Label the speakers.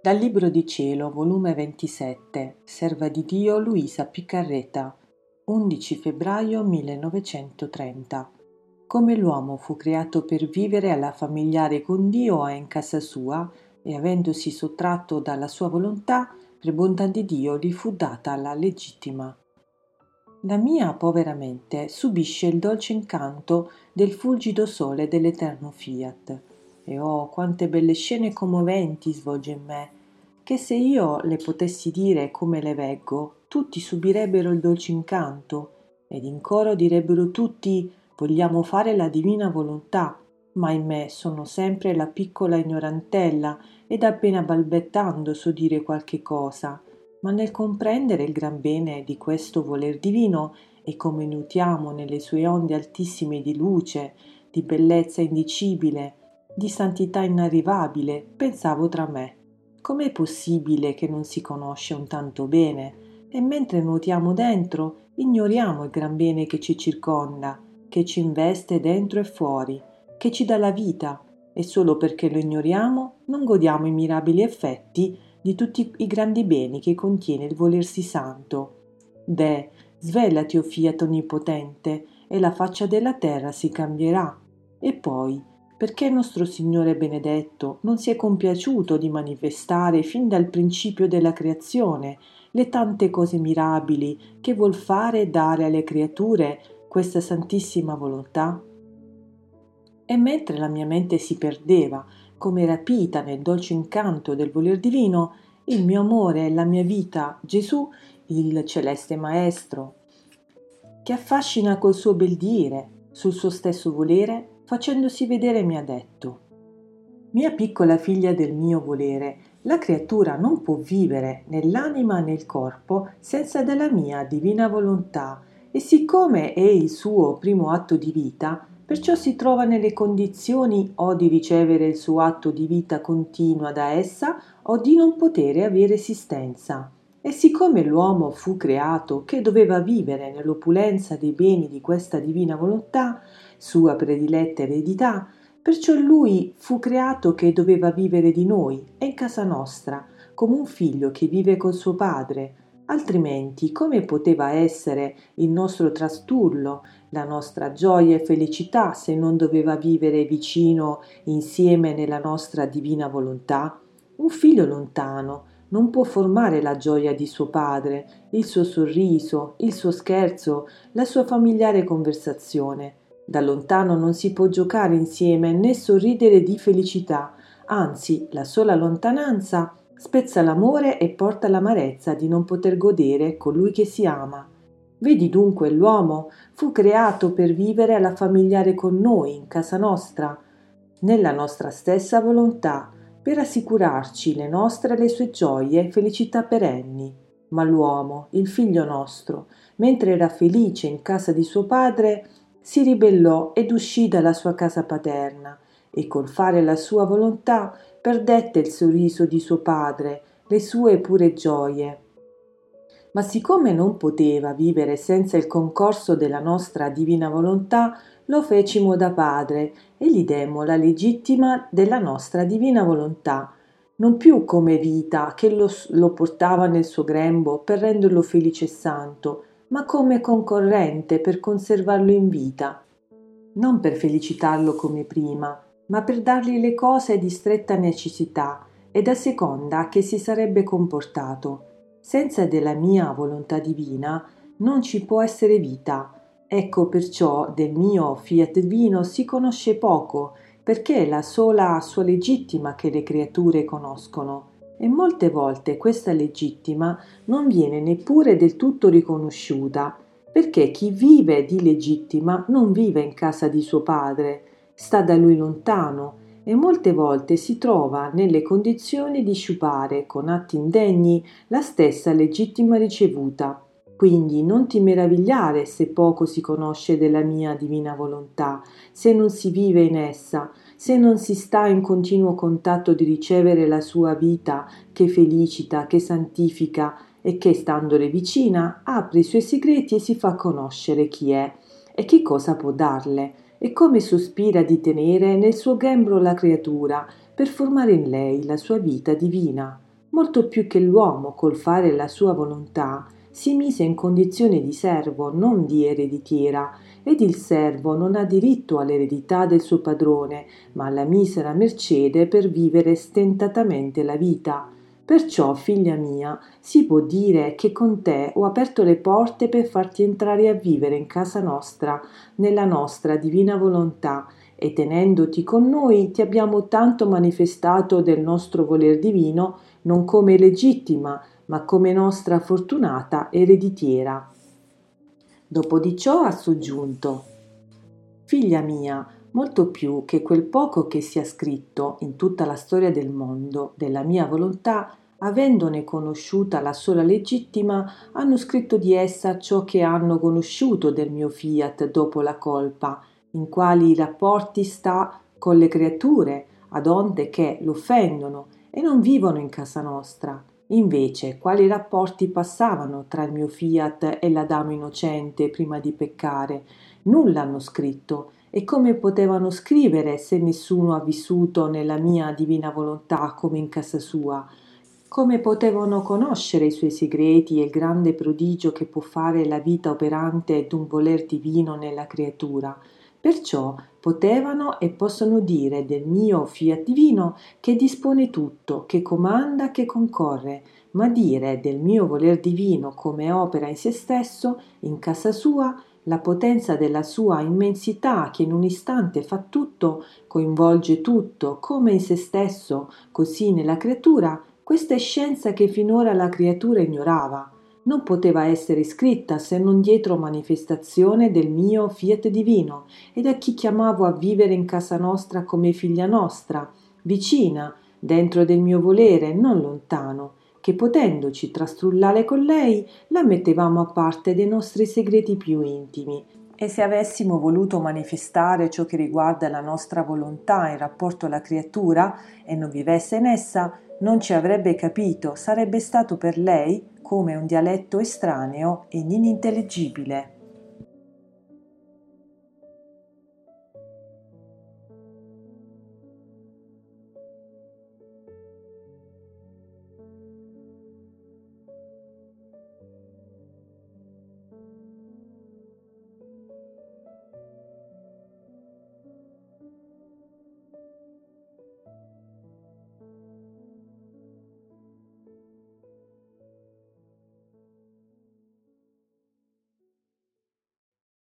Speaker 1: Dal Libro di Cielo, volume 27, Serva di Dio Luisa Piccarreta, 11 febbraio 1930. Come l'uomo fu creato per vivere alla familiare con Dio e in casa sua, e avendosi sottratto dalla sua volontà, per bontà di Dio gli fu data la legittima. La mia povera mente subisce il dolce incanto del fulgido sole dell'eterno fiat. E oh, quante belle scene commoventi svolge in me, che se io le potessi dire come le veggo, tutti subirebbero il dolce incanto, ed in coro direbbero tutti: vogliamo fare la divina volontà, ma in me sono sempre la piccola ignorantella, ed appena balbettando so dire qualche cosa, ma nel comprendere il gran bene di questo voler divino e come nutriamo nelle sue onde altissime di luce, di bellezza indicibile, di santità inarrivabile, pensavo tra me: com'è possibile che non si conosce un tanto bene, e mentre nuotiamo dentro ignoriamo il gran bene che ci circonda, che ci investe dentro e fuori, che ci dà la vita, e solo perché lo ignoriamo non godiamo i mirabili effetti di tutti i grandi beni che contiene il volersi santo. Deh, svelati, o Fiat onnipotente, e la faccia della terra si cambierà. E poi, perché nostro Signore benedetto non si è compiaciuto di manifestare fin dal principio della creazione le tante cose mirabili che vuol fare e dare alle creature questa santissima volontà? E mentre la mia mente si perdeva, come rapita nel dolce incanto del voler divino, il mio amore e la mia vita, Gesù, il celeste Maestro, che affascina col suo bel dire, sul suo stesso volere, facendosi vedere, mi ha detto: mia piccola figlia del mio volere, la creatura non può vivere nell'anima né nel corpo senza della mia divina volontà, e siccome è il suo primo atto di vita, perciò si trova nelle condizioni o di ricevere il suo atto di vita continua da essa o di non potere avere esistenza. E siccome l'uomo fu creato che doveva vivere nell'opulenza dei beni di questa divina volontà, sua prediletta eredità, perciò lui fu creato che doveva vivere di noi e in casa nostra, come un figlio che vive col suo padre. Altrimenti come poteva essere il nostro trastullo, la nostra gioia e felicità, se non doveva vivere vicino insieme nella nostra divina volontà? Un figlio lontano non può formare la gioia di suo padre, il suo sorriso, il suo scherzo, la sua familiare conversazione. Da lontano non si può giocare insieme né sorridere di felicità, anzi la sola lontananza spezza l'amore e porta l'amarezza di non poter godere colui che si ama. Vedi dunque, l'uomo fu creato per vivere alla familiare con noi, in casa nostra, nella nostra stessa volontà, per assicurarci le nostre e le sue gioie e felicità perenni. Ma l'uomo, il figlio nostro, mentre era felice in casa di suo padre, si ribellò ed uscì dalla sua casa paterna, e col fare la sua volontà perdette il sorriso di suo padre, le sue pure gioie. Ma siccome non poteva vivere senza il concorso della nostra divina volontà, lo fecimo da padre e gli demmo la legittima della nostra divina volontà, non più come vita che lo portava nel suo grembo per renderlo felice e santo, ma come concorrente per conservarlo in vita, non per felicitarlo come prima, ma per dargli le cose di stretta necessità e da seconda che si sarebbe comportato. Senza della mia volontà divina non ci può essere vita. Ecco perciò del mio fiat divino si conosce poco, perché è la sola sua legittima che le creature conoscono, e molte volte questa legittima non viene neppure del tutto riconosciuta, perché chi vive di legittima non vive in casa di suo padre, sta da lui lontano, e molte volte si trova nelle condizioni di sciupare con atti indegni la stessa legittima ricevuta. Quindi non ti meravigliare se poco si conosce della mia divina volontà, se non si vive in essa, se non si sta in continuo contatto di ricevere la sua vita che felicita, che santifica e che, standole vicina, apre i suoi segreti e si fa conoscere chi è e che cosa può darle, e come sospira di tenere nel suo grembo la creatura per formare in lei la sua vita divina. molto più che l'uomo col fare la sua volontà si mise in condizione di servo, non di ereditiera, ed il servo non ha diritto all'eredità del suo padrone, ma alla misera mercede per vivere stentatamente la vita. Perciò, figlia mia, si può dire che con te ho aperto le porte per farti entrare a vivere in casa nostra, nella nostra divina volontà, e tenendoti con noi ti abbiamo tanto manifestato del nostro voler divino, non come legittima, ma come nostra fortunata ereditiera. Dopo di ciò ha soggiunto: Figlia mia, molto più che quel poco che sia scritto in tutta la storia del mondo della mia volontà, avendone conosciuta la sola legittima, hanno scritto di essa ciò che hanno conosciuto del mio fiat dopo la colpa, in quali rapporti sta con le creature, ad onde che l'offendono e non vivono in casa nostra. Invece, quali rapporti passavano tra il mio fiat e l'Adamo innocente prima di peccare? Nulla hanno scritto, e come potevano scrivere se nessuno ha vissuto nella mia divina volontà come in casa sua? Come potevano conoscere i suoi segreti e il grande prodigio che può fare la vita operante d'un voler divino nella creatura? Perciò potevano e possono dire del mio fiat divino che dispone tutto, che comanda, che concorre, ma dire del mio voler divino come opera in se stesso, in casa sua, la potenza della sua immensità che in un istante fa tutto, coinvolge tutto, come in se stesso, così nella creatura, questa è scienza che finora la creatura ignorava. Non poteva essere scritta se non dietro manifestazione del mio fiat divino, ed a chi chiamavo a vivere in casa nostra come figlia nostra, vicina, dentro del mio volere, non lontano, che potendoci trastrullare con lei, la mettevamo a parte dei nostri segreti più intimi. E se avessimo voluto manifestare ciò che riguarda la nostra volontà in rapporto alla creatura e non vivesse in essa, non ci avrebbe capito, sarebbe stato per lei come un dialetto estraneo e inintelligibile.